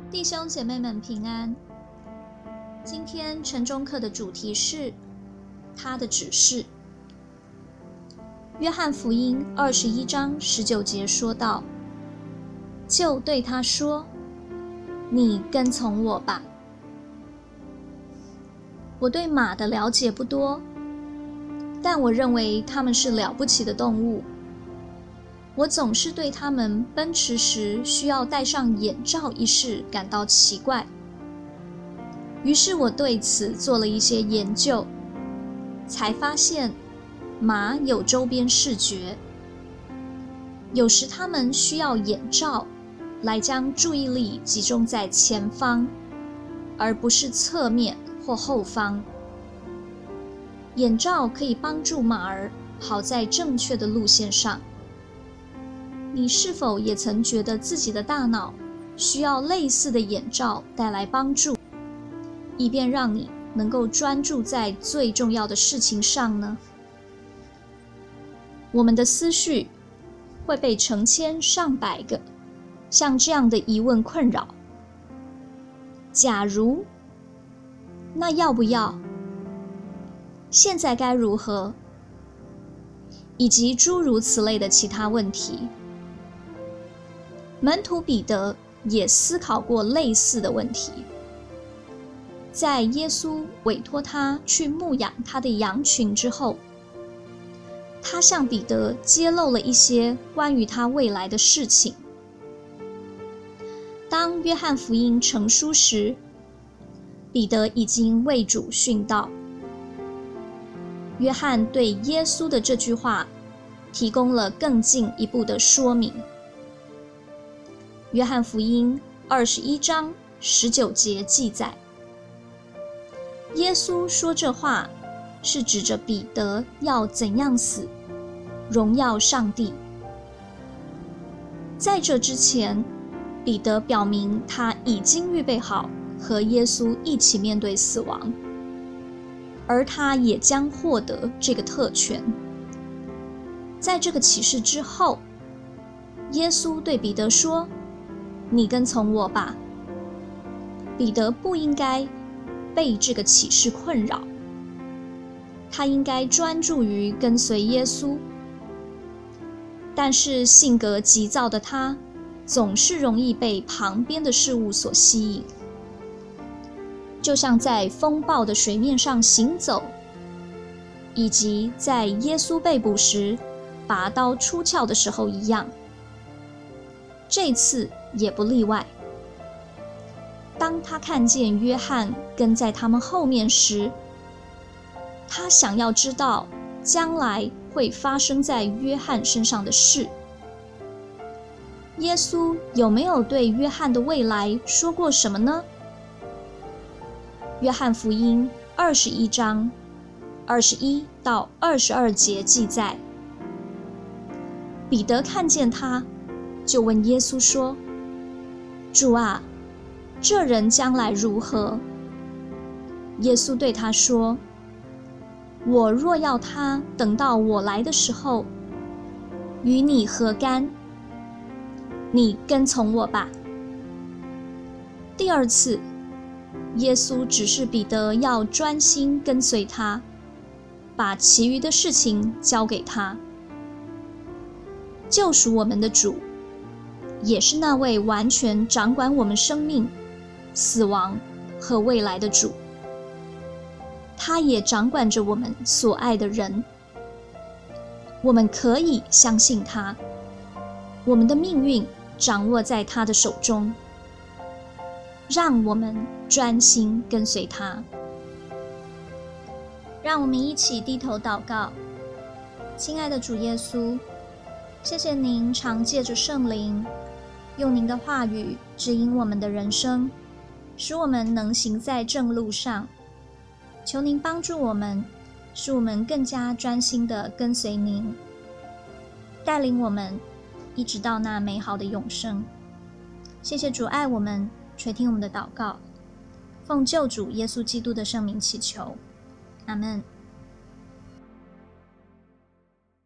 弟兄姐妹们平安。今天晨钟课的主题是他的指示。约翰福音21章19节说道，就对他说，你跟从我吧。我对马的了解不多，但我认为它们是了不起的动物。我总是对它们奔驰时需要戴上眼罩一事感到奇怪，于是我对此做了一些研究，才发现马有周边视觉，有时它们需要眼罩来将注意力集中在前方，而不是侧面或后方。眼罩可以帮助马儿跑在正确的路线上。你是否也曾觉得自己的大脑需要类似的眼罩带来帮助，以便让你能够专注在最重要的事情上呢？我们的思绪会被成千上百个像这样的疑问困扰：假如，那要不要？现在该如何？以及诸如此类的其他问题。门徒彼得也思考过类似的问题。在耶稣委托他去牧养他的羊群之后，他向彼得揭露了一些关于他未来的事情。当约翰福音成书时，彼得已经为主殉道。约翰对耶稣的这句话提供了更进一步的说明。约翰福音21章19节记载，耶稣说这话是指着彼得要怎样死，荣耀上帝。在这之前，彼得表明他已经预备好和耶稣一起面对死亡，而他也将获得这个特权。在这个启示之后，耶稣对彼得说，你跟从我吧。彼得不应该被这个启示困扰，他应该专注于跟随耶稣。但是性格急躁的他，总是容易被旁边的事物所吸引，就像在风暴的水面上行走，以及在耶稣被捕时拔刀出鞘的时候一样。这次也不例外。当他看见约翰跟在他们后面时，他想要知道将来会发生在约翰身上的事。耶稣有没有对约翰的未来说过什么呢？约翰福音21章21到22节记载，彼得看见他，就问耶稣说，主啊，这人将来如何？耶稣对他说，我若要他等到我来的时候，与你何干？你跟从我吧。第二次，耶稣指示彼得要专心跟随他，把其余的事情交给他。救赎我们的主，也是那位完全掌管我们生命、死亡和未来的主。他也掌管着我们所爱的人。我们可以相信他，我们的命运掌握在他的手中。让我们专心跟随他。让我们一起低头祷告。亲爱的主耶稣，谢谢您常借着圣灵，用您的话语指引我们的人生，使我们能行在正路上。求您帮助我们，使我们更加专心地跟随您，带领我们一直到那美好的永生。谢谢主爱我们，垂听我们的祷告，奉救主耶稣基督的圣名祈求，阿们。